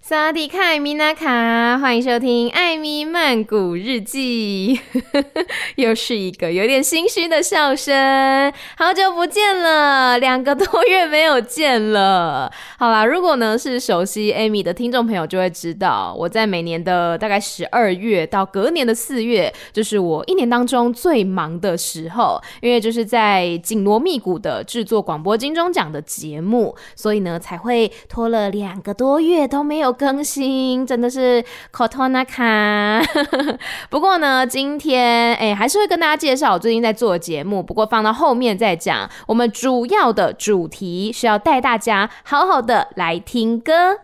萨瓦迪卡，艾米娜卡，欢迎收听艾米曼谷日记。又是一个有点心虚的笑声，好久不见了，2个多月没有见了。好啦，如果呢是熟悉 Amy 的听众朋友就会知道，我在每年的大概12月到隔年的4月，就是我一年当中最忙的时候，因为就是在紧锣密鼓的制作广播金钟奖的节目，所以呢才会拖了2个多月都没有更新，真的是口头那卡。不过呢，今天还是会跟大家介绍我最近在做的节目，不过放到后面再讲。我们主要的主题是要带大家好好的来听歌。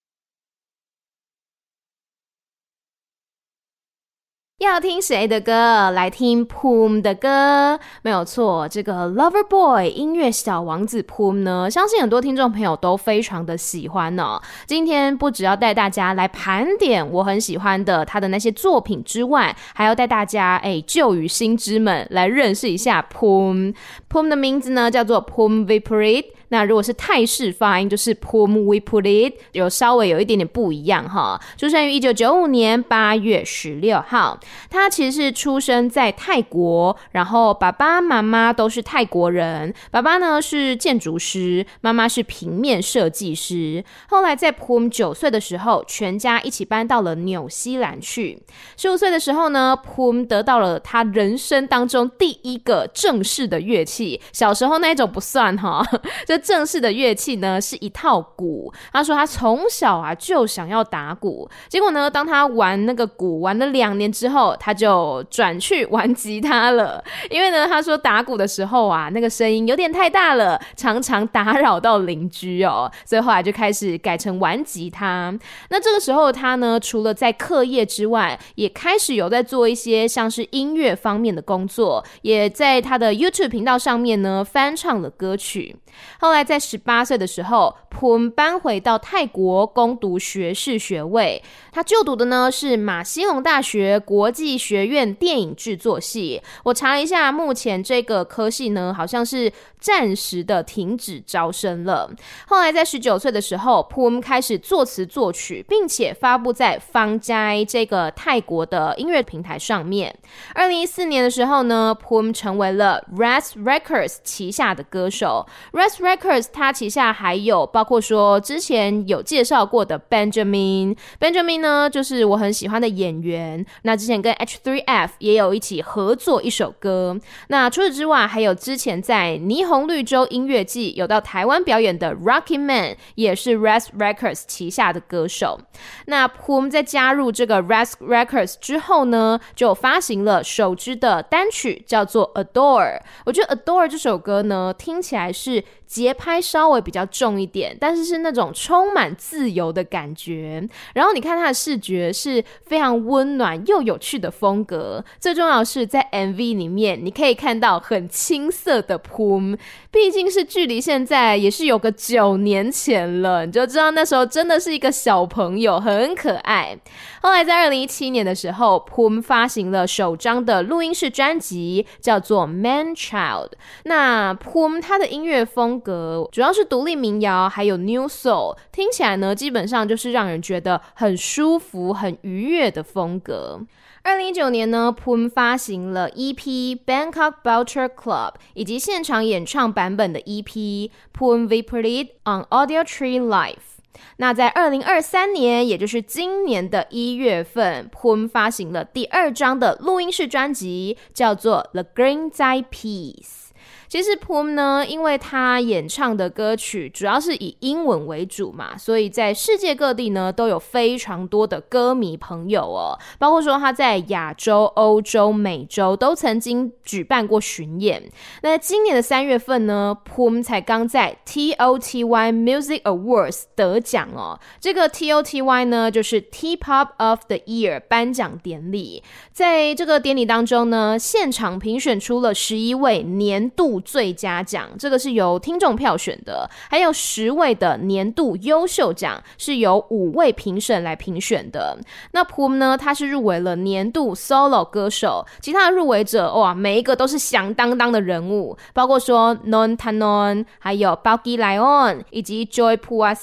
要听谁的歌？来听 Poom 的歌，没有错。这个 Loverboy 音乐小王子 Poom 呢，相信很多听众朋友都非常的喜欢哦。今天不只要带大家来盘点我很喜欢的他的那些作品之外，还要带大家旧与新知们来认识一下 Poom。Poom 的名字呢叫做 Poom Viparit， 那如果是泰式发音就是 Poom Viparit， 稍微有一点点不一样哈。出生于1995年8月16号。他其实是出生在泰国，然后爸爸妈妈都是泰国人，爸爸呢是建筑师，妈妈是平面设计师。后来在 Poom 9岁的时候，全家一起搬到了纽西兰去。15岁的时候呢， Poom 得到了他人生当中第一个正式的乐器，小时候那一种不算哈，这正式的乐器呢是一套鼓。他说他从小就想要打鼓，结果呢当他玩那个鼓玩了2年之后，他就转去玩吉他了。因为呢他说打鼓的时候那个声音有点太大了，常常打扰到邻居哦，所以后来就开始改成玩吉他。那这个时候他呢除了在课业之外，也开始有在做一些像是音乐方面的工作，也在他的 YouTube 频道上面呢翻唱了歌曲。后来在18岁的时候， Poom 搬回到泰国攻读学士学位，他就读的呢是马西隆大学国际学院电影制作系。我查了一下，目前这个科系呢好像是暂时的停止招生了。后来在19岁的时候， Poom 开始作词作曲，并且发布在方斋这个泰国的音乐平台上面。2014年的时候呢， Poom 成为了 Ras Records 旗下的歌手。 Ras Records 它旗下还有包括说之前有介绍过的 Benjamin 呢就是我很喜欢的演员，那之前跟 H3F 也有一起合作一首歌。那除此之外，还有之前在霓虹绿洲音乐季有到台湾表演的 Rocky Man， 也是 Ras Records 旗下的歌手。那 Poom 在加入这个 Ras Records 之后呢，就发行了首支的单曲叫做 Adore。 我觉得 Adore 这首歌呢听起来是节拍稍微比较重一点，但是是那种充满自由的感觉。然后你看它的视觉是非常温暖又有趣的风格，最重要的是在 MV 里面你可以看到很青涩的 Poom， 毕竟是距离现在也是有个9年前了，你就知道那时候真的是一个小朋友，很可爱。后来在2017年的时候， Poom 发行了首张的录音室专辑叫做 Man Child。 那 Poom 他的音乐风格主要是独立民谣还有 New Soul， 听起来呢基本上就是让人觉得很舒服很愉悦的风格。2019年呢， Poom 发行了 EP Bangkok Boucher Club 以及现场演唱版本的 EP Poom Viparit on Audio Tree Live。那在2023年，也就是今年的1月份， Poom 发行了第2张的录音室专辑，叫做 The Green Zai Peace。其实 Poom 呢，因为他演唱的歌曲主要是以英文为主嘛，所以在世界各地呢都有非常多的歌迷朋友哦，包括说他在亚洲、欧洲、美洲都曾经举办过巡演。那今年的3月份呢， Poom 才刚在 TOTY Music Awards 得奖哦。这个 TOTY 呢就是 T-Pop of the Year 颁奖典礼。在这个典礼当中呢，现场评选出了11位年度最佳奖，这个是由听众票选的，还有10位的年度优秀奖，是由5位评审来评选的。那 Poom 呢，他是入围了年度 solo 歌手，其他的入围者哇，每一个都是响当当的人物，包括说 Non Tanon， 还有 Bauki Lion 以及 Joy Puasit。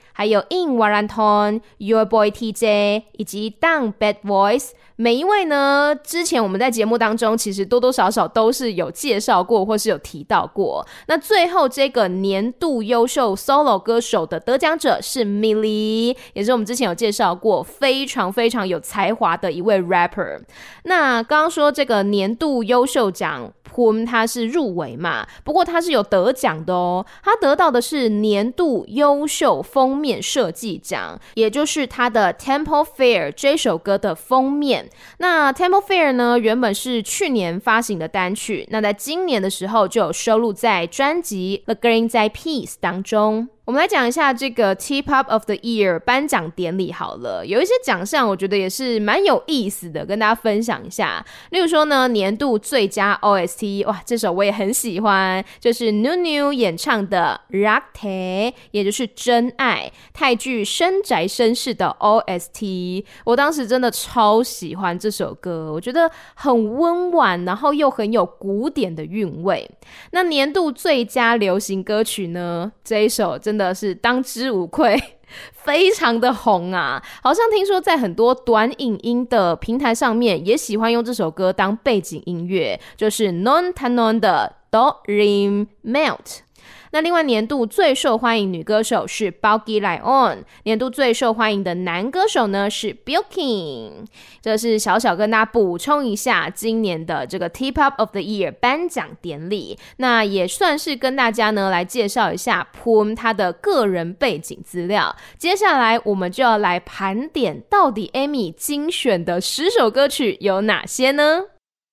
还有 In Waranton、Your Boy TJ 以及 Down Bad Voice。每一位呢，之前我们在节目当中其实多多少少都是有介绍过或是有提到过。那最后这个年度优秀 solo 歌手的得奖者是 Millie， 也是我们之前有介绍过非常非常有才华的一位 rapper。 那刚刚说这个年度优秀奖Pum 他是入围嘛，不过他是有得奖的哦，他得到的是年度优秀封面设计奖，也就是他的 Temple Fair 这首歌的封面。那 Temple Fair 呢，原本是去年发行的单曲，那在今年的时候就有收录在专辑 The Green Eyed Peas 当中。我们来讲一下这个 T-Pop of the Year 颁奖典礼好了，有一些奖项我觉得也是蛮有意思的，跟大家分享一下。例如说呢，年度最佳 OST， 哇，这首我也很喜欢，就是 NuNu 演唱的 Rakte， 也就是真爱，泰剧深宅绅士的 OST。 我当时真的超喜欢这首歌，我觉得很温婉，然后又很有古典的韵味。那年度最佳流行歌曲呢，这一首真的是当之无愧，非常的红啊！好像听说在很多短影音的平台上面也喜欢用这首歌当背景音乐，就是 Non Tanon 的 Do Rim Melt。那另外年度最受欢迎女歌手是 Baugi Lion， 年度最受欢迎的男歌手呢是 Billkin。 这是小小跟大家补充一下今年的这个 T-Pop of the Year 颁奖典礼，那也算是跟大家呢来介绍一下 Pum 他的个人背景资料。接下来我们就要来盘点到底 Amy 精选的10首歌曲有哪些呢？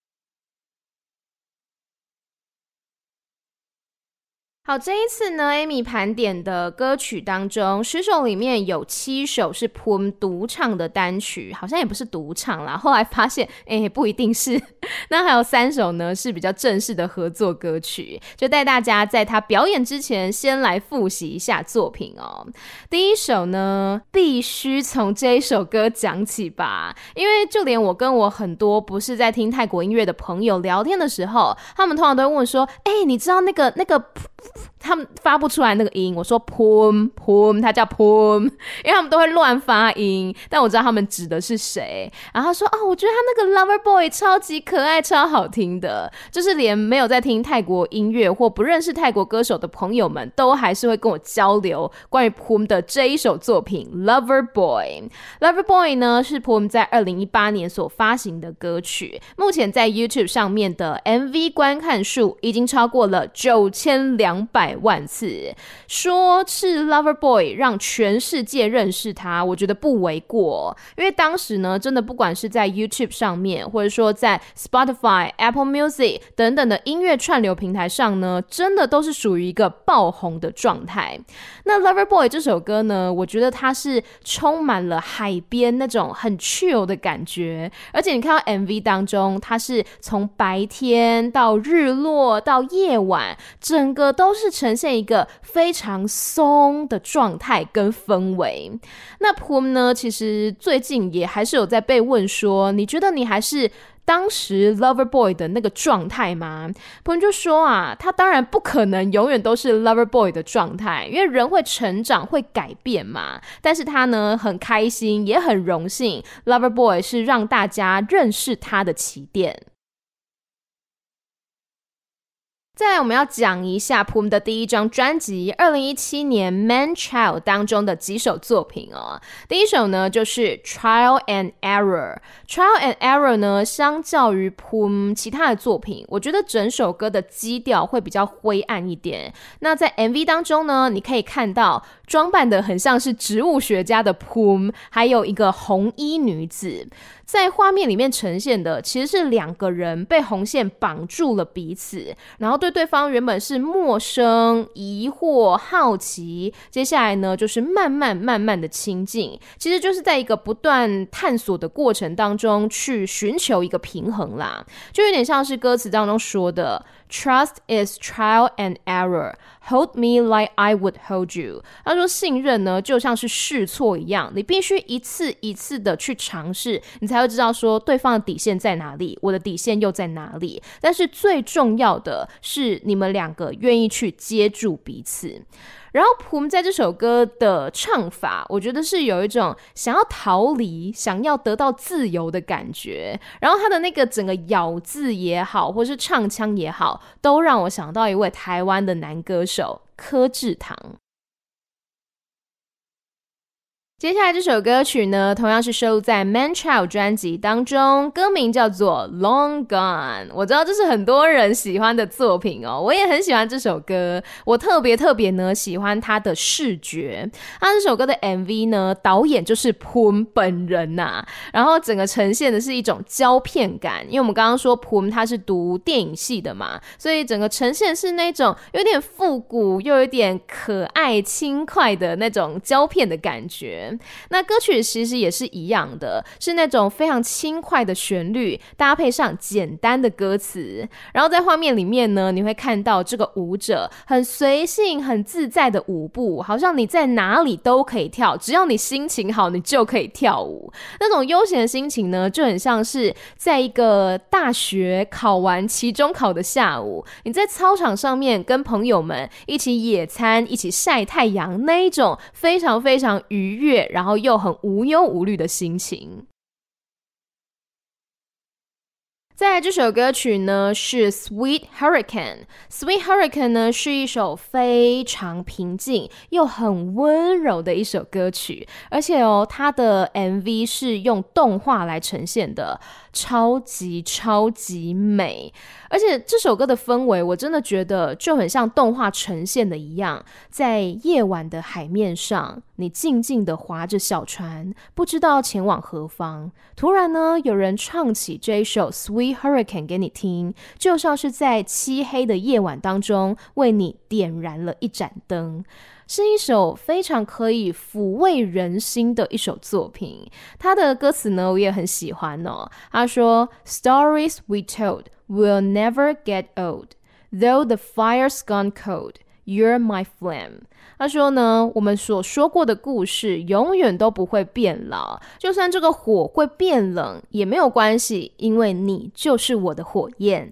好，这一次呢 Amy 盘点的歌曲当中10首里面有7首是 Pum 独唱的单曲，好像也不是独唱啦，后来发现不一定是那还有3首呢是比较正式的合作歌曲，就带大家在他表演之前先来复习一下作品哦。第一首呢必须从这一首歌讲起吧，因为就连我跟我很多不是在听泰国音乐的朋友聊天的时候，他们通常都会问说你知道那个他们发不出来那个音，我说 Pum Pum， 他叫 Pum， 因为他们都会乱发音，但我知道他们指的是谁。然后他说我觉得他那个 Lover Boy 超级可爱超好听的，就是连没有在听泰国音乐或不认识泰国歌手的朋友们都还是会跟我交流关于 Pum 的这一首作品 Lover Boy。 Lover Boy 呢是 Pum 在2018年所发行的歌曲，目前在 YouTube 上面的 MV 观看数已经超过了9200万次，说是 Lover Boy 让全世界认识他，我觉得不为过。因为当时呢，真的不管是在 YouTube 上面，或者说在 Spotify、Apple Music 等等的音乐串流平台上呢，真的都是属于一个爆红的状态。那 Lover Boy 这首歌呢，我觉得它是充满了海边那种很 chill 的感觉，而且你看到 MV 当中，它是从白天到日落到夜晚，整个都是呈现一个非常松的状态跟氛围。那 Pum 呢，其实最近也还是有在被问说，你觉得你还是当时 Lover Boy 的那个状态吗？ Pum 就说他当然不可能永远都是 Lover Boy 的状态，因为人会成长会改变嘛，但是他呢很开心也很荣幸 Lover Boy 是让大家认识他的起点。再来我们要讲一下 Pum 的第一张专辑2017年 Man Child 当中的几首作品哦。第一首呢就是 Trial and Error。 Trial and Error 呢相较于 Pum 其他的作品，我觉得整首歌的基调会比较灰暗一点。那在 MV 当中呢，你可以看到装扮的很像是植物学家的 Pum， 还有一个红衣女子，在画面里面呈现的其实是2个人被红线绑住了彼此，然后对方原本是陌生、疑惑、好奇，接下来呢就是慢慢的亲近，其实就是在一个不断探索的过程当中去寻求一个平衡啦，就有点像是歌词当中说的Trust is trial and error. Hold me like I would hold you. 他说信任呢就像是试错一样，你必须一次一次的去尝试，你才会知道说对方的底线在哪里，我的底线又在哪里。但是最重要的是你们2个愿意去接住彼此。 然后 Poom 在这首歌的唱法，我觉得是有一种想要逃离、想要得到自由的感觉。然后他的那个整个咬字也好，或是唱腔也好，都让我想到一位台湾的男歌手柯智堂。接下来这首歌曲呢，同样是收录在 Man-Child 专辑当中，歌名叫做 Long Gone。 我知道这是很多人喜欢的作品哦，我也很喜欢这首歌。我特别呢喜欢它的视觉，它这首歌的 MV 呢，导演就是 Poom 本人啊，然后整个呈现的是一种胶片感，因为我们刚刚说 Poom 他是读电影系的嘛，所以整个呈现是那种有点复古又有点可爱轻快的那种胶片的感觉。那歌曲其实也是一样的，是那种非常轻快的旋律搭配上简单的歌词，然后在画面里面呢，你会看到这个舞者很随性很自在的舞步，好像你在哪里都可以跳，只要你心情好你就可以跳舞。那种悠闲的心情呢，就很像是在一个大学考完期中考的下午，你在操场上面跟朋友们一起野餐，一起晒太阳，那一种非常非常愉悦然后又很无忧无虑的心情。再来这首歌曲呢是 Sweet Hurricane。 Sweet Hurricane 呢是一首非常平静又很温柔的一首歌曲，而且它的 MV 是用动画来呈现的，超级超级美。而且这首歌的氛围我真的觉得就很像动画呈现的一样，在夜晚的海面上，你静静地划着小船，不知道前往何方。突然呢，有人唱起这一首 Sweet Hurricane 给你听，就像是在漆黑的夜晚当中为你点燃了一盏灯，是一首非常可以抚慰人心的一首作品。他的歌词呢我也很喜欢哦，他说 Stories we told will never get old, though the fire's gone cold, you're my flame。 他说呢，我们所说过的故事永远都不会变老，就算这个火会变冷也没有关系，因为你就是我的火焰。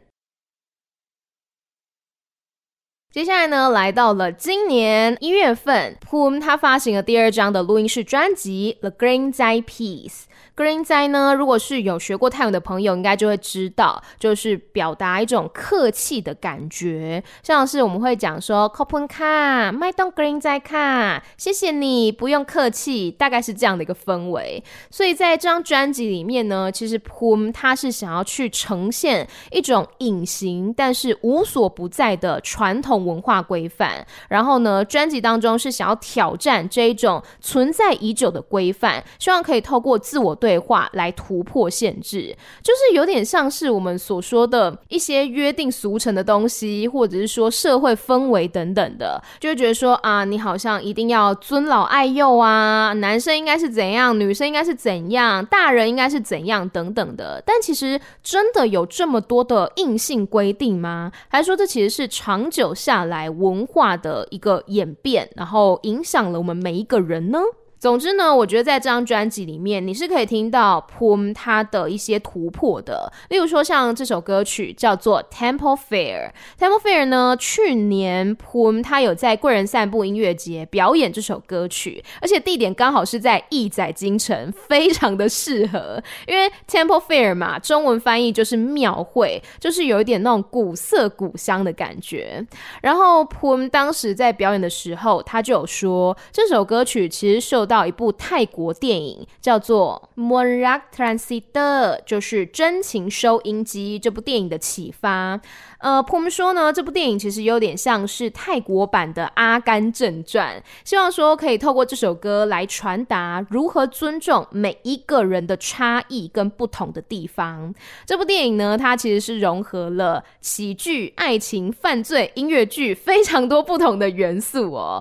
接下来呢，来到了今年1月份 Poom 他发行了第2张的录音室专辑 The Green Zai Piece。Green Zai 呢，如果是有学过泰文的朋友应该就会知道，就是表达一种客气的感觉，像是我们会讲说 Kopun ka, mai dong Green Zai ka， 谢谢你，不用客气，大概是这样的一个氛围。所以在这张专辑里面呢，其实 Poom 他是想要去呈现一种隐形但是无所不在的传统文化规范，然后呢，专辑当中是想要挑战这一种存在已久的规范，希望可以透过自我对话来突破限制，就是有点像是我们所说的一些约定俗成的东西，或者是说社会氛围等等的，就会觉得说啊，你好像一定要尊老爱幼啊，男生应该是怎样，女生应该是怎样，大人应该是怎样等等的。但其实真的有这么多的硬性规定吗？还是说这其实是长久下来文化的一个演变，然后影响了我们每一个人呢？总之呢，我觉得在这张专辑里面你是可以听到 Poom 他的一些突破的，例如说像这首歌曲叫做 Temple Fair。 Temple Fair 呢，去年 Poom 他有在贵人散步音乐节表演这首歌曲，而且地点刚好是在义载京城，非常的适合，因为 Temple Fair 嘛，中文翻译就是庙会，就是有一点那种古色古香的感觉。然后 Poom 当时在表演的时候他就有说，这首歌曲其实受到一部泰国电影叫做 Moonrak Transitor， 就是真情收音机这部电影的启发。Poom 说呢，这部电影其实有点像是泰国版的阿甘正传，希望说可以透过这首歌来传达如何尊重每一个人的差异跟不同的地方。这部电影呢，它其实是融合了喜剧、爱情、犯罪、音乐剧非常多不同的元素哦。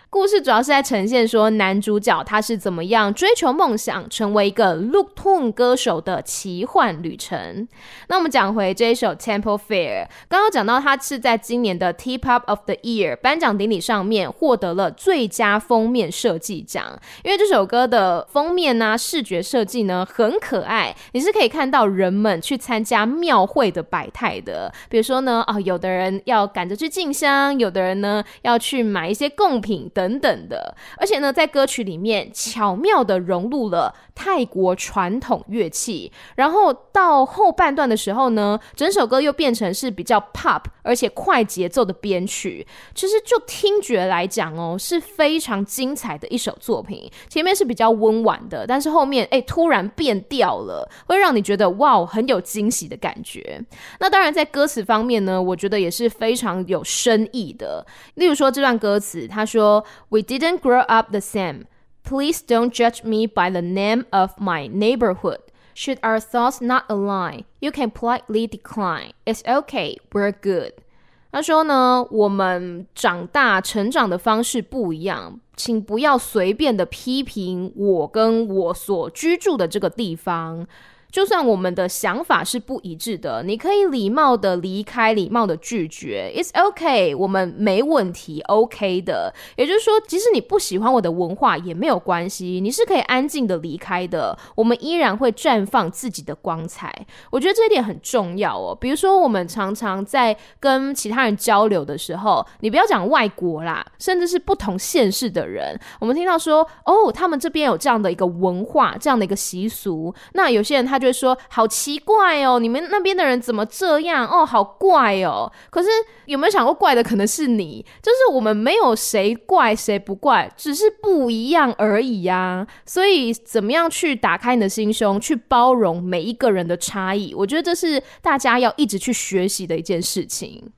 故事主要是在呈现说男主角他是怎么样追求梦想，成为一个 Looktoon 歌手的奇幻旅程。那我们讲回这一首 Temple Fair， 刚刚讲到他是在今年的 T-Pop of the Year 颁奖典礼上面获得了最佳封面设计奖。因为这首歌的封面啊，视觉设计呢很可爱，你是可以看到人们去参加庙会的百态的。比如说呢，有的人要赶着去进香，有的人呢要去买一些贡品等等的，而且呢，在歌曲里面巧妙的融入了泰国传统乐器，然后到后半段的时候呢，整首歌又变成是比较 pop 而且快节奏的编曲。其实就听觉来讲是非常精彩的一首作品。前面是比较温婉的，但是后面突然变调了，会让你觉得哇，很有惊喜的感觉。那当然在歌词方面呢，我觉得也是非常有深意的。例如说这段歌词，他说 We didn't grow up the same. Please don't judge me by the name of my neighborhood. Should our thoughts not align, you can politely decline. It's okay, we're good. 他说呢，我们长大成长的方式不一样，请不要随便的批评我跟我所居住的这个地方。就算我们的想法是不一致的，你可以礼貌的离开，礼貌的拒绝。 It's okay， 我们没问题 OK 的。也就是说，即使你不喜欢我的文化也没有关系，你是可以安静的离开的，我们依然会绽放自己的光彩。我觉得这一点很重要比如说我们常常在跟其他人交流的时候，你不要讲外国啦，甚至是不同县市的人，我们听到说他们这边有这样的一个文化，这样的一个习俗，那有些人他就会说好奇怪你们那边的人怎么这样好怪可是有没有想过怪的可能是你，就是我们没有谁怪谁不怪，只是不一样而已啊。所以怎么样去打开你的心胸，去包容每一个人的差异，我觉得这是大家要一直去学习的一件事情。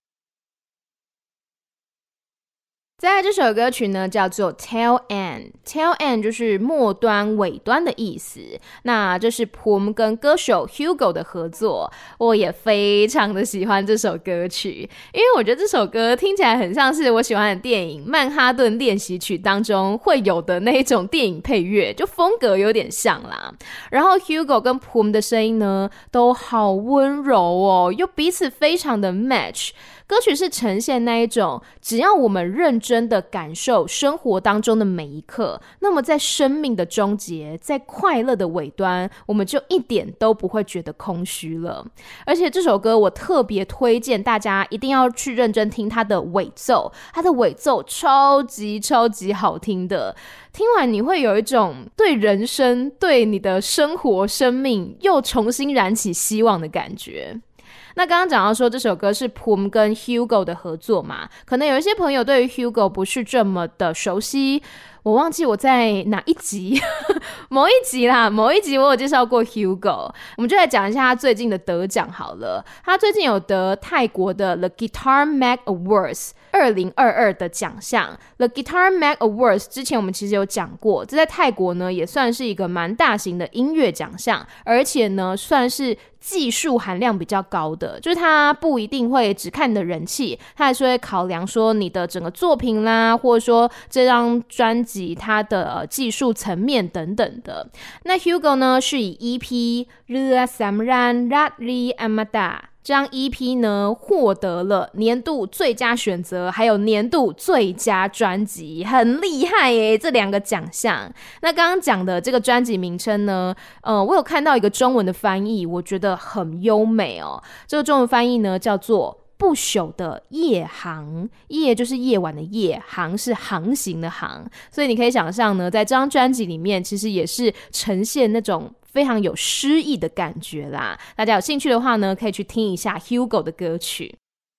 再来这首歌曲呢叫做 Tail End， Tail End 就是末端尾端的意思。那这是 Pum 跟歌手 Hugo 的合作，我也非常的喜欢这首歌曲，因为我觉得这首歌听起来很像是我喜欢的电影《曼哈顿练习曲》当中会有的那一种电影配乐，就风格有点像啦。然后 Hugo 跟 Pum 的声音呢都好温柔又彼此非常的 match。歌曲是呈现那一种只要我们认真的感受生活当中的每一刻，那么在生命的终结，在快乐的尾端，我们就一点都不会觉得空虚了。而且这首歌我特别推荐大家一定要去认真听它的尾奏，它的尾奏超级超级好听的，听完你会有一种对人生对你的生活生命又重新燃起希望的感觉。那刚刚讲到说这首歌是 Pum 跟 Hugo 的合作嘛，可能有一些朋友对于 Hugo 不是这么的熟悉，我忘记我在哪一集某一集我有介绍过 Hugo， 我们就来讲一下他最近的得奖好了。他最近有得泰国的 The Guitar Mag Awards 2022的奖项。 The Guitar Mag Awards 之前我们其实有讲过，这在泰国呢也算是一个蛮大型的音乐奖项，而且呢算是技术含量比较高的，就是他不一定会只看你的人气，他还是会考量说你的整个作品啦，或者说这张专辑它的技术层面等等的。那 Hugo 呢是以 EP Ria Samran Ratri Amada 这张 EP 呢获得了年度最佳选择还有年度最佳专辑，很厉害耶，这两个奖项。那刚刚讲的这个专辑名称呢我有看到一个中文的翻译，我觉得很优美这个中文翻译呢叫做不朽的夜航，夜就是夜晚的夜，航是航行的航，所以你可以想象呢，在这张专辑里面其实也是呈现那种非常有诗意的感觉啦。大家有兴趣的话呢，可以去听一下 Hugo 的歌曲。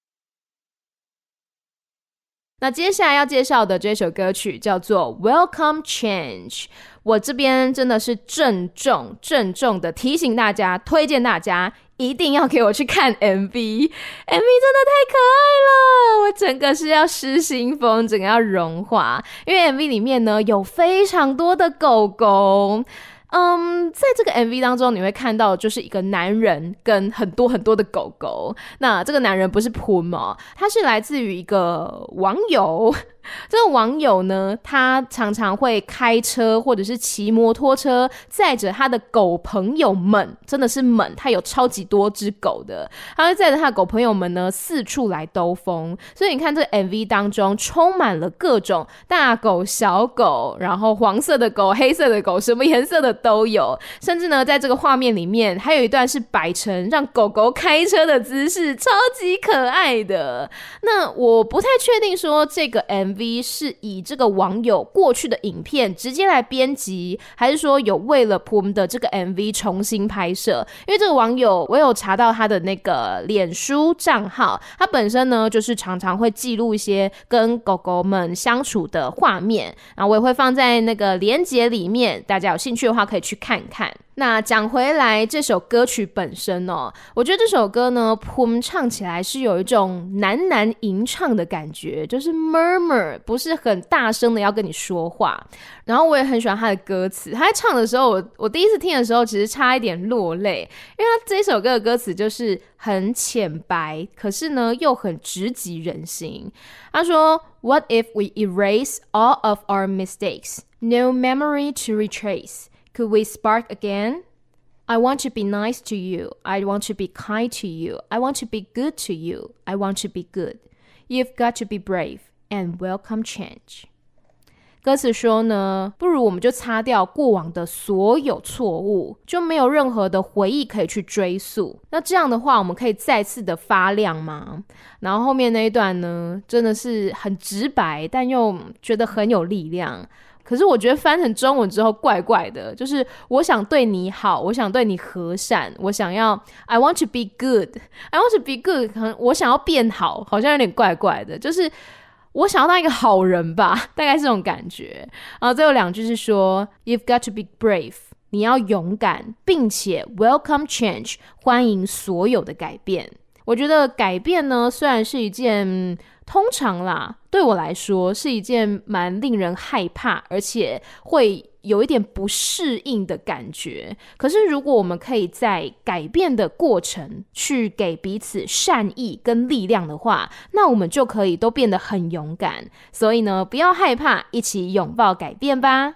那接下来要介绍的这首歌曲叫做 Welcome Change， 我这边真的是郑重的提醒大家，推荐大家一定要给我去看 MV 真的太可爱了，我整个是要失心疯，整个要融化，因为 MV 里面呢有非常多的狗狗。在这个 MV 当中你会看到就是一个男人跟很多很多的狗狗。那这个男人不是 Pum 他是来自于一个网友这个网友呢，他常常会开车或者是骑摩托车载着他的狗朋友们，真的是们，他有超级多只狗的，他会载着他的狗朋友们呢四处来兜风。所以你看这个 MV 当中充满了各种大狗小狗，然后黄色的狗黑色的狗什么颜色的都有，甚至呢在这个画面里面还有一段是摆成让狗狗开车的姿势，超级可爱的。那我不太确定说这个 MV 是以这个网友过去的影片直接来编辑，还是说有为了 Pum 的这个 MV 重新拍摄。因为这个网友我有查到他的那个脸书账号，他本身呢就是常常会记录一些跟狗狗们相处的画面，然后我也会放在那个连结里面，大家有兴趣的话可以去看看。那讲回来这首歌曲本身哦，我觉得这首歌呢 Pum 唱起来是有一种喃喃吟唱的感觉，就是 murmur， 不是很大声的要跟你说话。然后我也很喜欢他的歌词，他在唱的时候我第一次听的时候其实差一点落泪，因为他这首歌的歌词就是很浅白，可是呢又很直击人心。他说 What if we erase all of our mistakes? No memory to retrace.Could we spark again? I want to be nice to you. I want to be kind to you. I want to be good to you. I want to be good. You've got to be brave and welcome change. 歌词说呢，不如我们就擦掉过往的所有错误，就没有任何的回忆可以去追溯。那这样的话，我们可以再次的发亮吗？然后后面那一段呢，真的是很直白，但又觉得很有力量。可是我觉得翻成中文之后怪怪的，就是我想对你好，我想对你和善，我想要 I want to be good I want to be good， 可能我想要变好，好像有点怪怪的，就是我想要当一个好人吧，大概是这种感觉。然后最后两句是说 You've got to be brave， 你要勇敢，并且 welcome change， 欢迎所有的改变。我觉得改变呢，虽然是一件通常啦，对我来说是一件蛮令人害怕，而且会有一点不适应的感觉。可是如果我们可以在改变的过程去给彼此善意跟力量的话，那我们就可以都变得很勇敢。所以呢，不要害怕，一起拥抱改变吧。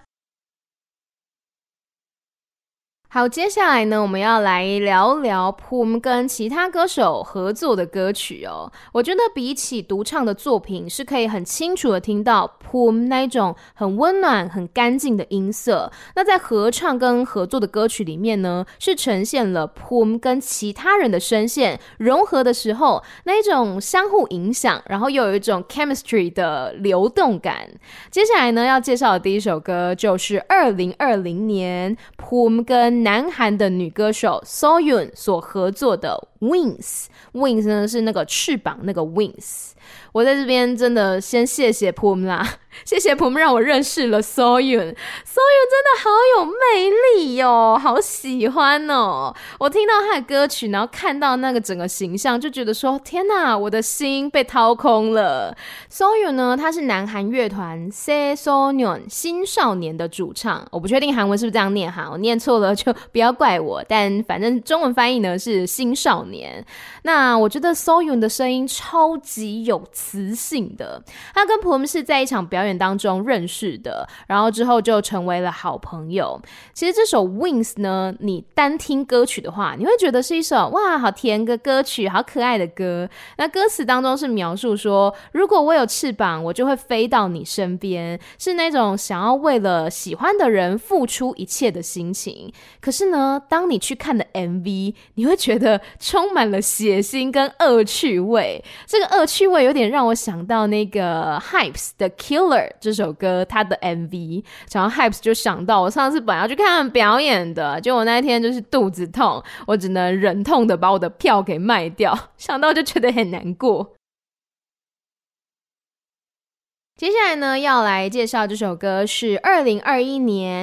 好，接下来呢，我们要来聊聊 Pum 跟其他歌手合作的歌曲哦。我觉得比起独唱的作品，是可以很清楚的听到 Pum 那一种很温暖、很干净的音色。那在合唱跟合作的歌曲里面呢，是呈现了 Pum 跟其他人的声线融合的时候，那一种相互影响，然后又有一种 chemistry 的流动感。接下来呢，要介绍的第一首歌就是2020年 Pum 跟南韩的女歌手 Soyun 所合作的 Wings 呢是那个翅膀那个 Wings。 我在这边真的先谢谢 Pum 啦，谢谢 Pum 让我认识了 Soyun 真的好有魅力哦，好喜欢哦。我听到他的歌曲，然后看到那个整个形象，就觉得说天哪，我的心被掏空了。 Soyun 呢，他是南韩乐团 SESONyeon 新少年的主唱，我不确定韩文是不是这样念哈，我念错了就不要怪我，但反正中文翻译呢是新少年。那我觉得 Soyun 的声音超级有磁性的，他跟 Pum 是在一场表演当中认识的，然后之后就成为了好朋友。其实这首 Wings 呢，你单听歌曲的话，你会觉得是一首哇好甜的歌曲，好可爱的歌。那歌词当中是描述说，如果我有翅膀，我就会飞到你身边，是那种想要为了喜欢的人付出一切的心情。可是呢，当你去看的 MV， 你会觉得充满了血腥跟恶趣味。这个恶趣味有点让我想到那个 Hypes 的 Killer 这首歌，他的 MV。想到 Hypes 就想到我上次本来要去看他们表演的，结果我那一天就是肚子痛，我只能忍痛的把我的票给卖掉，想到就觉得很难过。接下来呢，要来介绍这首歌是2021年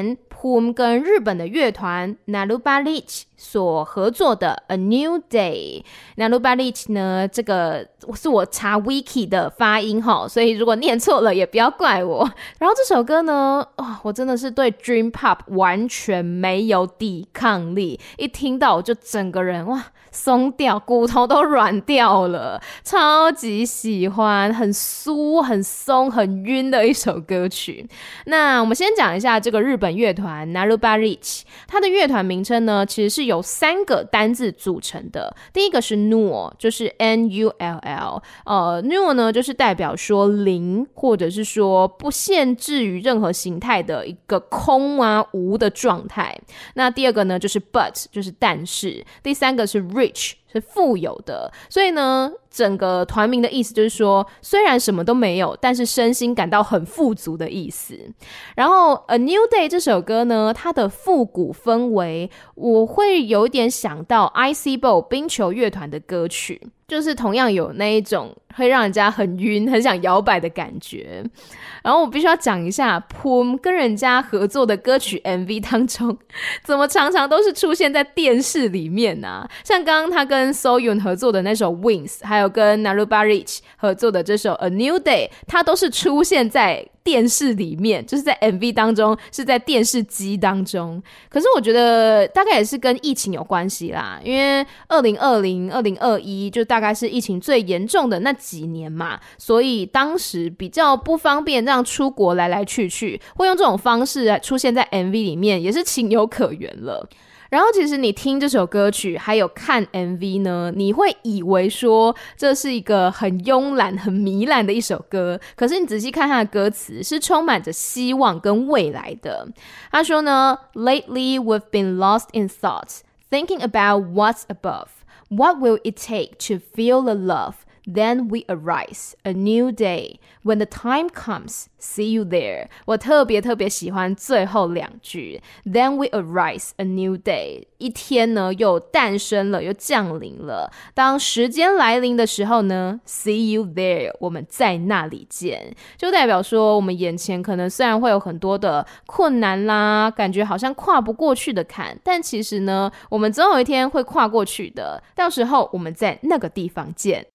Pum 跟日本的乐团 Nalubalich 所合作的 A New Day。 Nalubalich 呢，这个是我查 Wiki 的发音齁，所以如果念错了也不要怪我。然后这首歌呢，我真的是对 Dream Pop 完全没有抵抗力，一听到我就整个人松掉，骨头都软掉了，超级喜欢，很酥很松很晕的一首歌曲。那我们先讲一下这个日本乐团 Nalubalich， 它的乐团名称呢其实是由3个单字组成的。第一个是 Null， 就是 N-U-L-L， Null 呢就是代表说零，或者是说不限制于任何形态的一个空无的状态。那第二个呢就是 But， 就是但是。第三个是 Rich， 是富有的。所以呢整个团名的意思就是说，虽然什么都没有，但是身心感到很富足的意思。然后 A New Day 这首歌呢，它的复古氛围我会有点想到 Icy Ball 冰球乐团的歌曲，就是同样有那一种会让人家很晕很想摇摆的感觉。然后我必须要讲一下 Pum 跟人家合作的歌曲 MV 当中怎么常常都是出现在电视里面啊，像刚刚他跟 Soyun 合作的那首 Wings， 还有跟 Nalubalich 合作的这首 A New Day， 他都是出现在电视里面，就是在 MV 当中，是在电视机当中。可是我觉得大概也是跟疫情有关系啦，因为2020 2021就大概是疫情最严重的那几年嘛，所以当时比较不方便让出国来来去去，会用这种方式出现在 MV 里面也是情有可原了。然后其实你听这首歌曲还有看 MV 呢，你会以为说这是一个很慵懒很糜烂的一首歌，可是你仔细看它的歌词是充满着希望跟未来的。他说呢 Lately we've been lost in thoughts, thinking about what's above. What will it take to feel the love?Then we arise, a new day. When the time comes, see you there. 我特别喜欢最后2句 Then we arise, a new day. 一天呢又诞生了，又降临了。当时间来临的时候呢 See you there. 我们在那里见。就代表说我们眼前可能虽然会有很多的困难啦，感觉好像跨不过去的坎，但其实呢我们总有一天会跨过去的。到时候我们在那个地方见。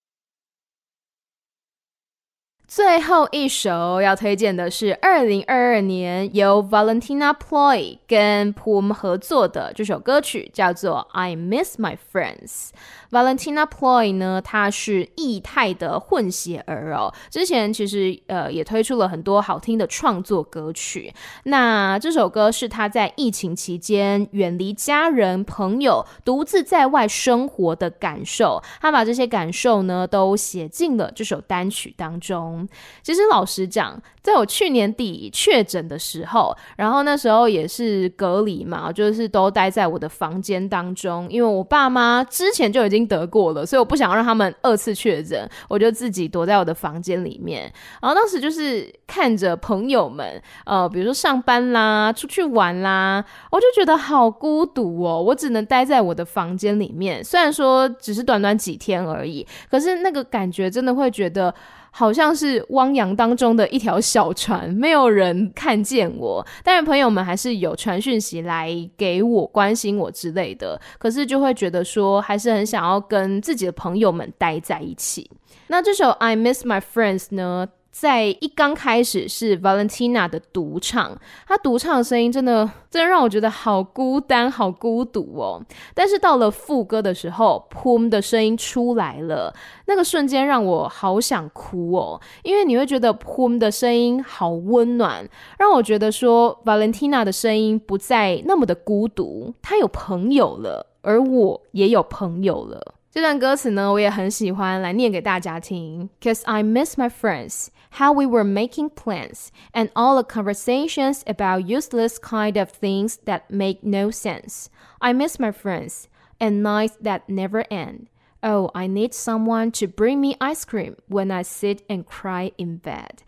最后一首要推荐的是2022年由 Valentina Ploi 跟 Pum 合作的这首歌曲，叫做 I Miss My Friends。 Valentina Ploi 呢，她是液态的混血儿之前其实也推出了很多好听的创作歌曲。那这首歌是她在疫情期间远离家人朋友，独自在外生活的感受，她把这些感受呢都写进了这首单曲当中。其实老实讲，在我去年底确诊的时候，然后那时候也是隔离嘛，就是都待在我的房间当中，因为我爸妈之前就已经得过了，所以我不想让他们2次确诊，我就自己躲在我的房间里面。然后当时就是看着朋友们比如说上班啦出去玩啦，我就觉得好孤独我只能待在我的房间里面，虽然说只是短短几天而已，可是那个感觉真的会觉得好像是汪洋当中的一条小船，没有人看见我。当然朋友们还是有传讯息来给我关心我之类的，可是就会觉得说还是很想要跟自己的朋友们待在一起。那这首 I Miss My Friends 呢，在一刚开始是 Valentina 的独唱，她独唱的声音真的让我觉得好孤单好孤独但是到了副歌的时候 Pum 的声音出来了，那个瞬间让我好想哭因为你会觉得 Pum 的声音好温暖，让我觉得说 Valentina 的声音不再那么的孤独，她有朋友了，而我也有朋友了。这段歌词呢，我也很喜欢来念给大家听。 Cause I miss my friends, how we were making plans, and all the conversations about useless kind of things that make no sense. I miss my friends, and nights that never end. Oh, I need someone to bring me ice cream when I sit and cry in bed.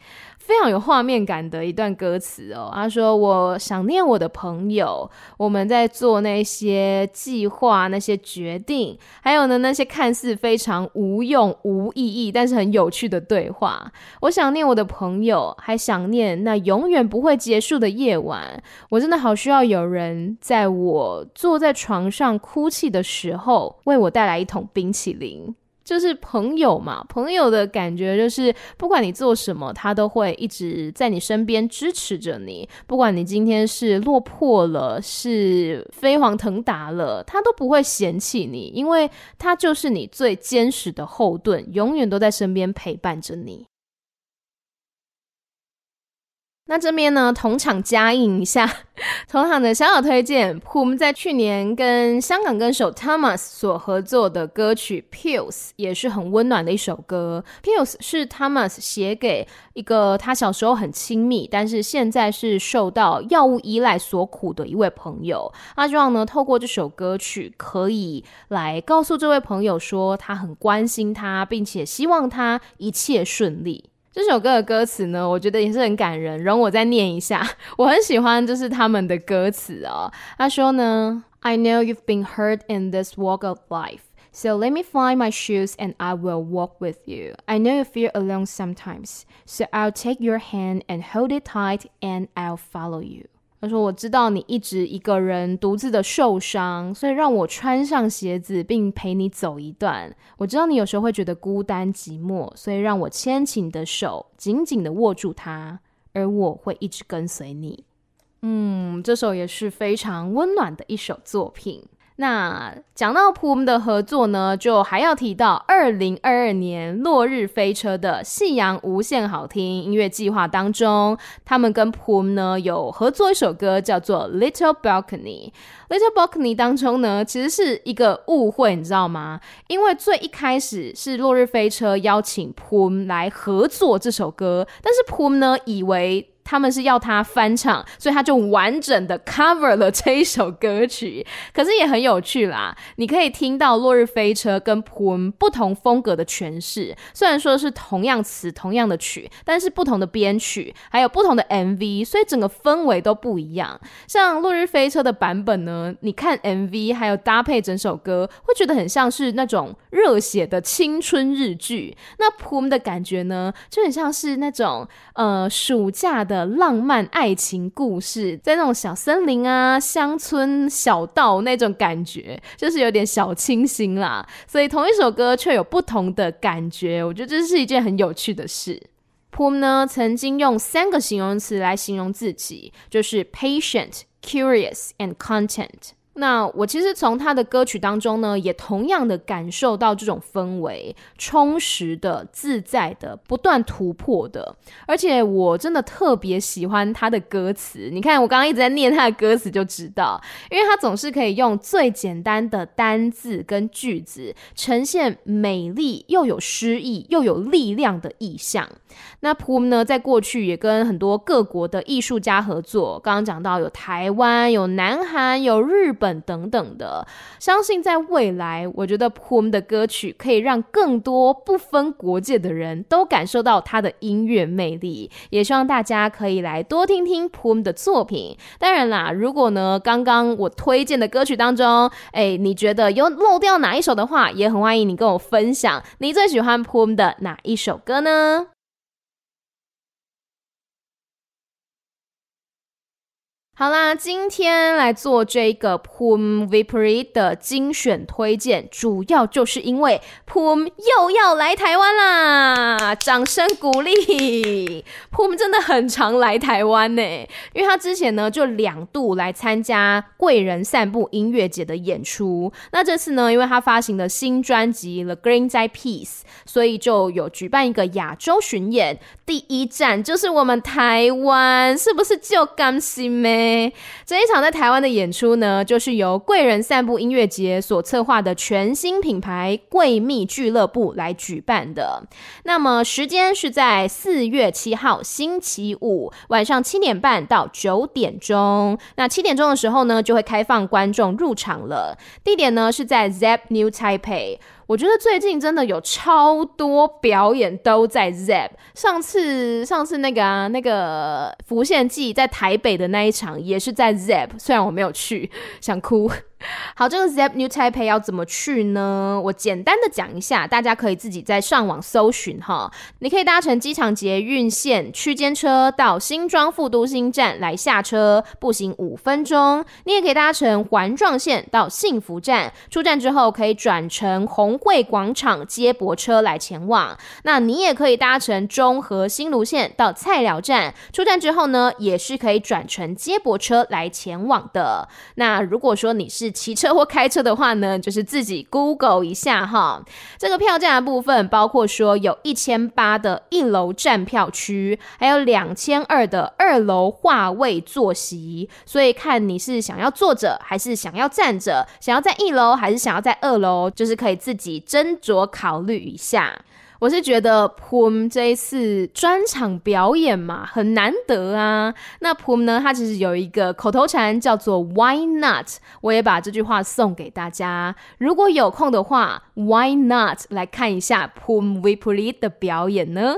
非常有画面感的一段歌词哦。他说我想念我的朋友，我们在做那些计划，那些决定，还有呢那些看似非常无用无意义但是很有趣的对话。我想念我的朋友，还想念那永远不会结束的夜晚。我真的好需要有人在我坐在床上哭泣的时候为我带来一桶冰淇淋。就是朋友嘛，朋友的感觉就是不管你做什么，他都会一直在你身边支持着你，不管你今天是落魄了，是飞黄腾达了，他都不会嫌弃你，因为他就是你最坚实的后盾，永远都在身边陪伴着你。那这边呢，同场加映一下，同场的小小推荐，我们在去年跟香港歌手 Thomas 所合作的歌曲 Pills 也是很温暖的一首歌。 Pills 是 Thomas 写给一个他小时候很亲密，但是现在是受到药物依赖所苦的一位朋友。他希望呢，透过这首歌曲可以来告诉这位朋友说他很关心他，并且希望他一切顺利。这首歌的歌词呢，我觉得也是很感人，容我再念一下。我很喜欢就是他们的歌词哦。他说呢 I know you've been hurt in this walk of life, so let me find my shoes and I will walk with you. I know you feel alone sometimes, so I'll take your hand and hold it tight and I'll follow you.他说我知道你一直一个人独自的受伤，所以让我穿上鞋子并陪你走一段。我知道你有时候会觉得孤单寂寞，所以让我牵起你的手，紧紧的握住它，而我会一直跟随你。这首也是非常温暖的一首作品。那讲到 Pum 的合作呢，就还要提到2022年落日飞车的夕阳无限好听音乐计划当中，他们跟 Pum 呢有合作一首歌叫做 Little Balcony。 Little Balcony 当中呢其实是一个误会，你知道吗？因为最一开始是落日飞车邀请 Pum 来合作这首歌，但是 Pum 呢以为他们是要他翻唱，所以他就完整的 cover 了这一首歌曲。可是也很有趣啦，你可以听到落日飞车跟 Pum 不同风格的诠释，虽然说是同样词同样的曲，但是不同的编曲还有不同的 MV， 所以整个氛围都不一样。像落日飞车的版本呢，你看 MV 还有搭配整首歌，会觉得很像是那种热血的青春日剧。那 Pum 的感觉呢，就很像是那种暑假的浪漫爱情故事，在那种小森林啊、乡村小道那种感觉，就是有点小清新啦。所以同一首歌却有不同的感觉，我觉得这是一件很有趣的事。Pum 呢曾经用3个形容词来形容自己，就是 patient, curious and content。那我其实从他的歌曲当中呢，也同样的感受到这种氛围，充实的、自在的、不断突破的。而且我真的特别喜欢他的歌词，你看我刚刚一直在念他的歌词就知道，因为他总是可以用最简单的单字跟句子呈现美丽又有诗意又有力量的意象。那 Pum 呢在过去也跟很多各国的艺术家合作，刚刚讲到有台湾、有南韩、有日本等等的。相信在未来，我觉得 Pum 的歌曲可以让更多不分国界的人都感受到他的音乐魅力，也希望大家可以来多听听 Pum 的作品。当然啦，如果呢刚刚我推荐的歌曲当中你觉得有漏掉哪一首的话，也很欢迎你跟我分享你最喜欢 Pum 的哪一首歌呢？好啦，今天来做这个 Pum Vipri 的精选推荐，主要就是因为 Pum 又要来台湾啦，掌声鼓励。Pum 真的很常来台湾耶，因为他之前呢就2度来参加贵人散步音乐节的演出。那这次呢，因为他发行了新专辑 The Green Eye Peace， 所以就有举办一个亚洲巡演，第一站就是我们台湾，是不是就甘心咩？这一场在台湾的演出呢，就是由贵人散步音乐节所策划的全新品牌贵蜜俱乐部来举办的。那么时间是在4月7号星期五晚上7点半到9点钟。那7点钟的时候呢，就会开放观众入场了。地点呢是在 Zepp New Taipei。 我觉得最近真的有超多表演都在 ZEP。 上次那个浮现记在台北的那一场也是在 ZEP， 虽然我没有去，想哭。好，这个 ZEP New Taipei 要怎么去呢？我简单的讲一下，大家可以自己在上网搜寻哈。你可以搭乘机场捷运线区间车到新庄副都心站来下车，步行5分钟。你也可以搭乘环状线到幸福站，出站之后可以转乘红会广场接驳车来前往。那你也可以搭乘中和新芦线到菜寮站，出站之后呢，也是可以转乘接驳车来前往的。那如果说你是骑车或开车的话呢，就是自己 Google 一下哈。这个票价的部分包括说有1800的1楼站票区，还有2200的2楼划位坐席，所以看你是想要坐着还是想要站着，想要在1楼还是想要在2楼，就是可以自己斟酌考虑一下。我是觉得 Pum 这一次专场表演嘛，很难得啊。那 Pum 呢，它其实有一个口头禅叫做 Why not， 我也把这句话送给大家。如果有空的话 Why not 来看一下 Pum Vipuli 的表演呢？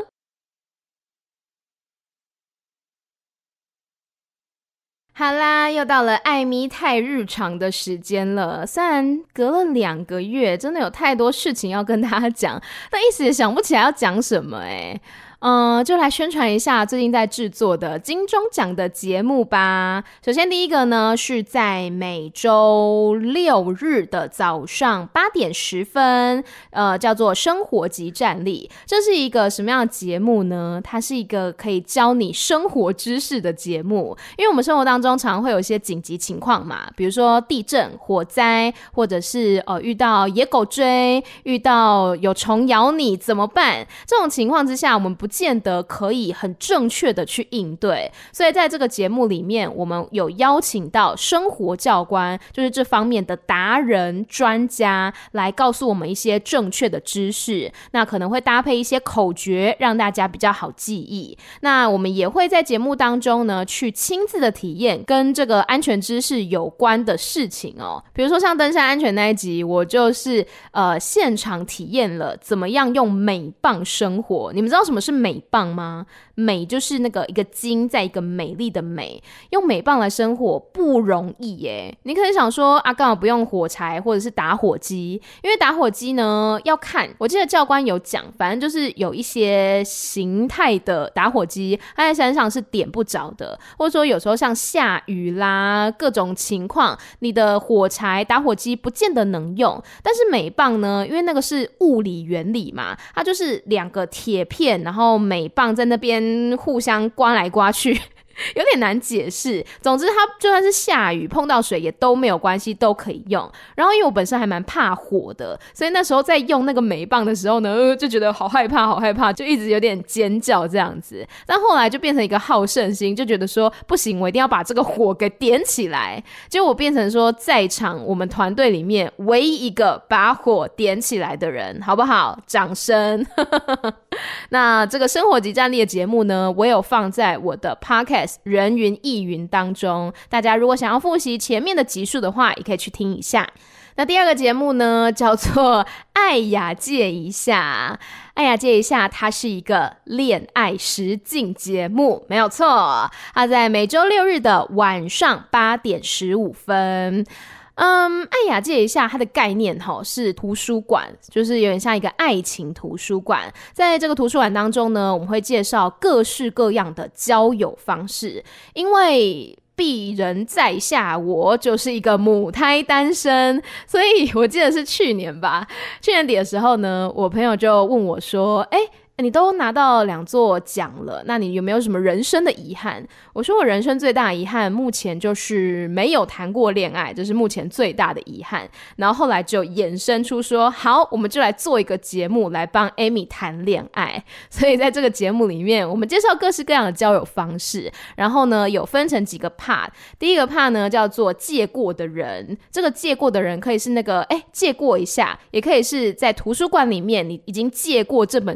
好啦，又到了艾咪太日常的时间了。虽然隔了2个月，真的有太多事情要跟大家讲，但一时也想不起来要讲什么就来宣传一下最近在制作的金钟奖的节目吧。首先第一个呢，是在每周6日的早上8点10分，叫做生活即战力。这是一个什么样的节目呢？它是一个可以教你生活知识的节目。因为我们生活当中常会有一些紧急情况嘛，比如说地震、火灾，或者是遇到野狗追，遇到有虫咬你怎么办？这种情况之下，我们不见得可以很正确的去应对，所以在这个节目里面，我们有邀请到生活教官，就是这方面的达人专家，来告诉我们一些正确的知识。那可能会搭配一些口诀，让大家比较好记忆。那我们也会在节目当中呢，去亲自的体验跟这个安全知识有关的事情哦。比如说像登山安全那一集，我就是现场体验了怎么样用美棒生活。你们知道什么是美棒吗？美就是那个一个金在一个美丽的美，用美棒来生火不容易耶。你可能想说啊，干嘛不用火柴或者是打火机？因为打火机呢要看，我记得教官有讲，反正就是有一些形态的打火机，它在山上是点不着的，或者说有时候像下雨啦，各种情况，你的火柴打火机不见得能用。但是美棒呢，因为那个是物理原理嘛，它就是2个铁片，然后美棒在那边互相刮来刮去有点难解释。总之它就算是下雨碰到水也都没有关系，都可以用。然后因为我本身还蛮怕火的，所以那时候在用那个美棒的时候呢，就觉得好害怕好害怕，就一直有点尖叫这样子。但后来就变成一个好胜心，就觉得说不行，我一定要把这个火给点起来。结果我变成说在场我们团队里面唯一一个把火点起来的人，好不好？掌声那这个生活即战力的节目呢，我有放在我的 podcast人云亦云当中，大家如果想要复习前面的集数的话，也可以去听一下。那第2个节目呢，叫做爱雅戒一下。爱雅戒一下，它是一个恋爱实境节目，没有错。它在每周6日的晚上8点15分。爱雅戒一下，它的概念是图书馆，就是有点像一个爱情图书馆。在这个图书馆当中呢，我们会介绍各式各样的交友方式。因为鄙人在下，我就是一个母胎单身，所以我记得是去年吧，去年底的时候呢，我朋友就问我说你都拿到2座奖了，那你有没有什么人生的遗憾？我说我人生最大的遗憾目前就是没有谈过恋爱，这是目前最大的遗憾。然后后来就衍生出说，好，我们就来做一个节目来帮 Amy 谈恋爱。所以在这个节目里面，我们介绍各式各样的交友方式，然后呢有分成几个 part。 第一个 part 呢叫做借过的人，这个借过的人可以是那个借过一下，也可以是在图书馆里面你已经借过这本书的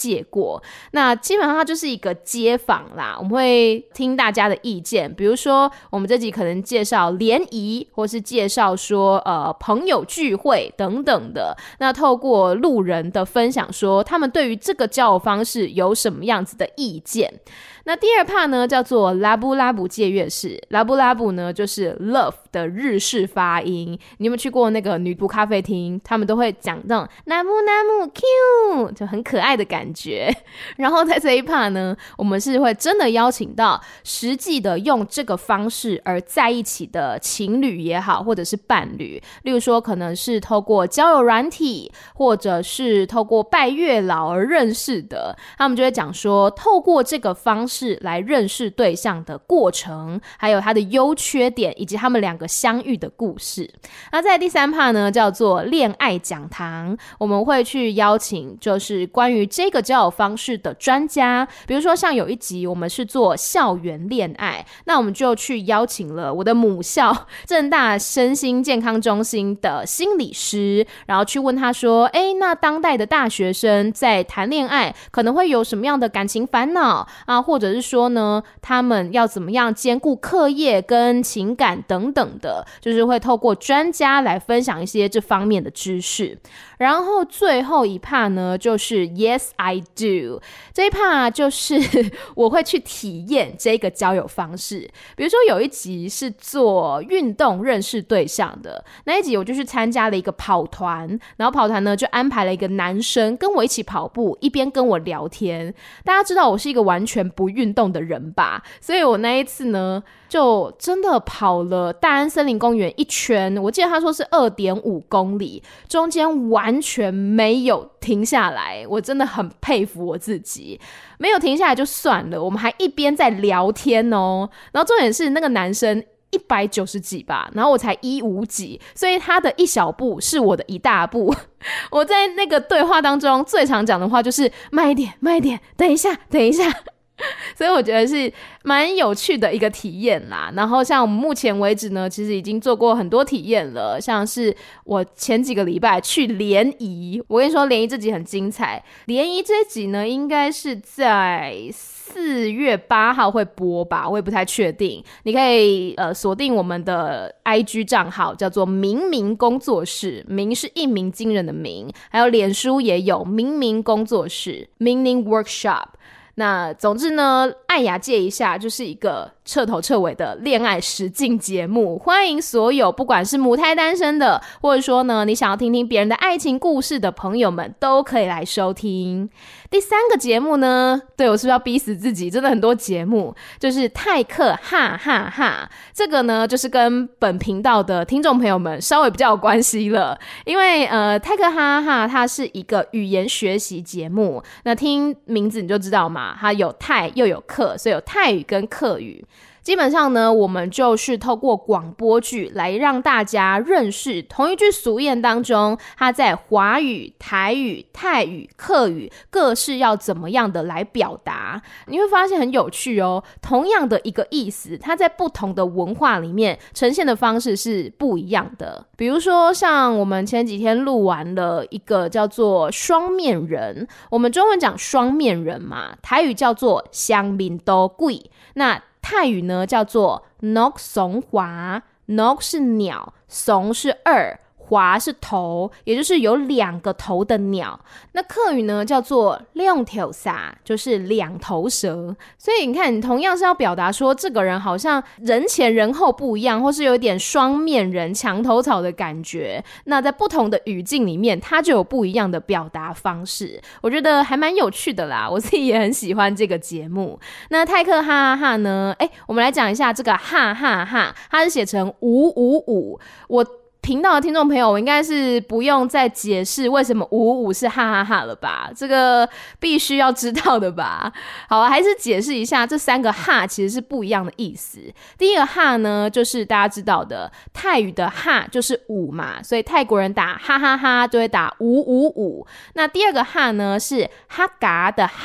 借过。那基本上它就是一个街访啦，我们会听大家的意见，比如说我们这集可能介绍联谊，或是介绍说朋友聚会等等的，那透过路人的分享说他们对于这个交友方式有什么样子的意见。那第二 part 呢叫做拉布拉布借阅式，拉布拉布呢就是 love 的日式发音，你有没有去过那个女仆咖啡厅，他们都会讲那种拉布拉布 Q， 就很可爱的感觉。然后在这一 part 呢，我们是会真的邀请到实际的用这个方式而在一起的情侣也好，或者是伴侣，例如说可能是透过交友软体，或者是透过拜月老而认识的，他们就会讲说透过这个方式来认识对象的过程，还有他的优缺点，以及他们两个相遇的故事。那在第三 part 呢叫做恋爱讲堂，我们会去邀请就是关于这个交友方式的专家，比如说像有一集我们是做校园恋爱，那我们就去邀请了我的母校政大身心健康中心的心理师，然后去问他说那当代的大学生在谈恋爱可能会有什么样的感情烦恼啊，或者是说呢他们要怎么样兼顾课业跟情感等等的，就是会透过专家来分享一些这方面的知识。然后最后一 part 呢就是 Yes I Do， 这一 part 就是我会去体验这个交友方式，比如说有一集是做运动认识对象的，那一集我就去参加了一个跑团，然后跑团呢就安排了一个男生跟我一起跑步，一边跟我聊天。大家知道我是一个完全不运动的人吧，所以我那一次呢就真的跑了大安森林公园一圈，我记得他说是 2.5 公里，中间完全没有停下来，我真的很佩服我自己，没有停下来就算了，我们还一边在聊天哦。然后重点是那个男生190几吧，然后我才150几，所以他的一小步是我的一大步。我在那个对话当中最常讲的话就是慢一点慢一点，等一下等一下。所以我觉得是蛮有趣的一个体验啦。然后像我们目前为止呢，其实已经做过很多体验了，像是我前几个礼拜去联谊，我跟你说联谊这集很精彩，联谊这集呢应该是在4月8号会播吧，我也不太确定，你可以锁定我们的 IG 账号叫做明明工作室，明是一鸣惊人的鸣，还有脸书也有明明工作室 Meaning Workshop。那总之呢，爱雅借一下就是一个彻头彻尾的恋爱实境节目，欢迎所有不管是母胎单身的，或者说呢你想要听听别人的爱情故事的朋友们都可以来收听。第3个节目呢，对，我是不是要逼死自己，真的很多节目，就是泰克哈哈哈，这个呢就是跟本频道的听众朋友们稍微比较有关系了，因为泰克哈哈哈它是一个语言学习节目，那听名字你就知道嘛，它有泰又有客，所以有泰语跟客语。基本上呢，我们就是透过广播剧来让大家认识同一句俗谚当中，它在华语、台语、泰语、客语各式要怎么样的来表达。你会发现很有趣哦，同样的一个意思，它在不同的文化里面呈现的方式是不一样的。比如说像我们前几天录完了一个叫做双面人，我们中文讲双面人嘛，台语叫做双面都鬼，那泰语呢叫做 Nok Song Hua， Nok 是鸟， Song 是耳，华是头，也就是有2个头的鸟。那客语呢叫做两头鲨，就是2头蛇。所以你看，你同样是要表达说这个人好像人前人后不一样，或是有点双面人墙头草的感觉，那在不同的语境里面它就有不一样的表达方式，我觉得还蛮有趣的啦，我自己也很喜欢这个节目。那泰克哈哈哈呢，我们来讲一下这个哈哈哈，它是写成555，我频道的听众朋友，我应该是不用再解释为什么555是哈哈哈了吧，这个必须要知道的吧。好，还是解释一下，这3个哈其实是不一样的意思。第一个哈呢，就是大家知道的泰语的哈就是5嘛，所以泰国人打哈哈哈就会打555。那第二个哈呢是哈嘎的哈，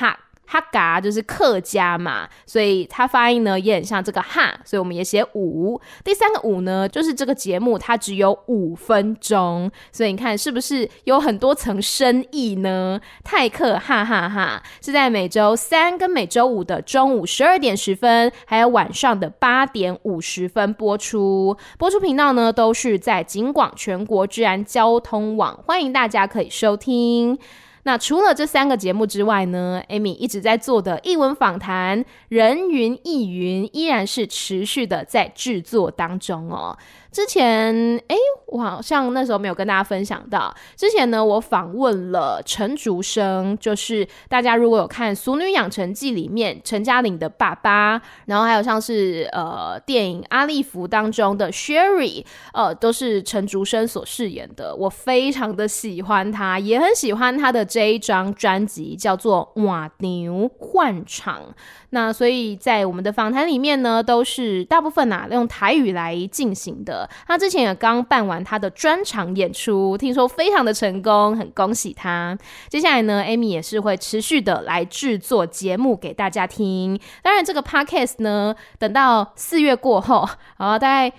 哈嘎就是客家嘛，所以它发音呢也很像这个哈，所以我们也写5。第3个5呢，就是这个节目它只有5分钟，所以你看是不是有很多层深意呢？泰克哈哈哈是在每周3跟每周5的中午12点10分，还有晚上的8点50分播出。播出频道呢都是在警广全国治安交通网，欢迎大家可以收听。那除了这3个节目之外呢 Amy 一直在做的艺文访谈人云亦云依然是持续的在制作当中哦。之前我好像那时候没有跟大家分享到，之前呢我访问了陈竹生，就是大家如果有看《俗女养成记》里面陈嘉玲的爸爸，然后还有像是电影《阿利弗》当中的 Sherry， 都是陈竹生所饰演的。我非常的喜欢他，也很喜欢他的这一张专辑叫做《换牛换场》。那所以在我们的访谈里面呢，都是大部分用台语来进行的。他之前也刚办完他的专场演出，听说非常的成功，很恭喜他。接下来呢 Amy 也是会持续的来制作节目给大家听。当然这个 podcast 呢，等到4月过后，大概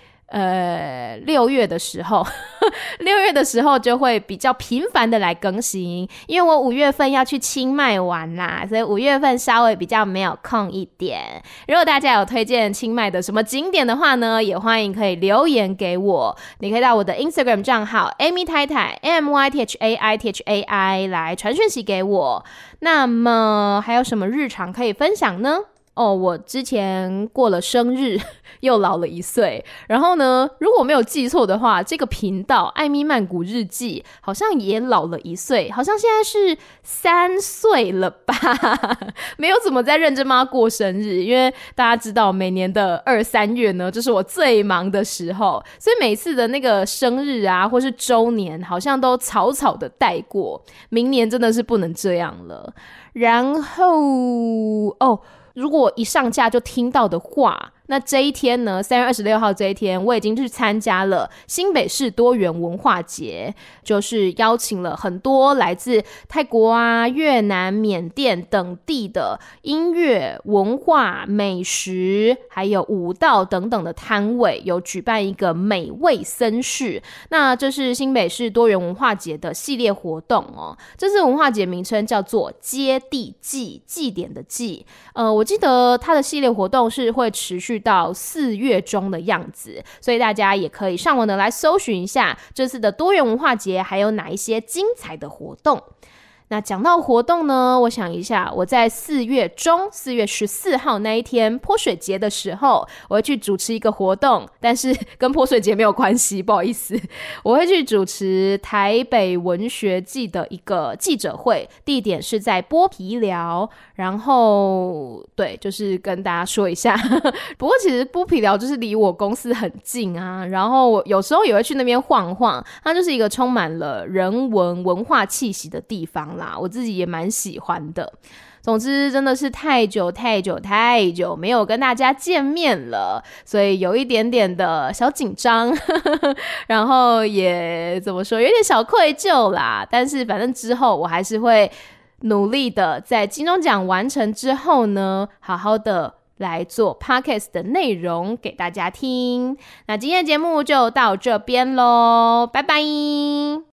6月的时候6月的时候就会比较频繁的来更新，因为我5月份要去清迈玩啦，所以5月份稍微比较没有空一点。如果大家有推荐清迈的什么景点的话呢，也欢迎可以留言给我，你可以到我的 Instagram 账号 Amy 太太 AMYTHAI 来传讯息给我。那么还有什么日常可以分享呢？我之前过了生日又老了1岁，然后呢如果我没有记错的话，这个频道艾咪曼谷日记好像也老了1岁，好像现在是3岁了吧没有怎么在认真帮他过生日，因为大家知道每年的2、3月呢就是我最忙的时候，所以每次的那个生日啊或是周年好像都草草的带过，明年真的是不能这样了。然后如果一上架就听到的话，那这一天呢3月26号这一天我已经去参加了新北市多元文化节，就是邀请了很多来自泰国啊、越南、缅甸等地的音乐、文化、美食还有舞蹈等等的摊位，有举办一个美味森事。那这是新北市多元文化节的系列活动哦。这次文化节名称叫做接地祭，祭典的祭。我记得它的系列活动是会持续到4月中的样子，所以大家也可以上网的来搜寻一下这次的多元文化节还有哪一些精彩的活动。那讲到活动呢，我想一下，我在4月中4月14号那一天泼水节的时候，我会去主持一个活动，但是跟泼水节没有关系，不好意思，我会去主持台北文学季的一个记者会，地点是在剥皮寮，然后对，就是跟大家说一下不过其实剥皮寮就是离我公司很近啊，然后我有时候也会去那边晃晃，它就是一个充满了人文文化气息的地方啦，我自己也蛮喜欢的。总之真的是太久没有跟大家见面了，所以有一点点的小紧张然后也怎么说有点小愧疚啦，但是反正之后我还是会努力的在金钟奖完成之后呢，好好的来做 podcast 的内容给大家听。那今天的节目就到这边咯，拜拜。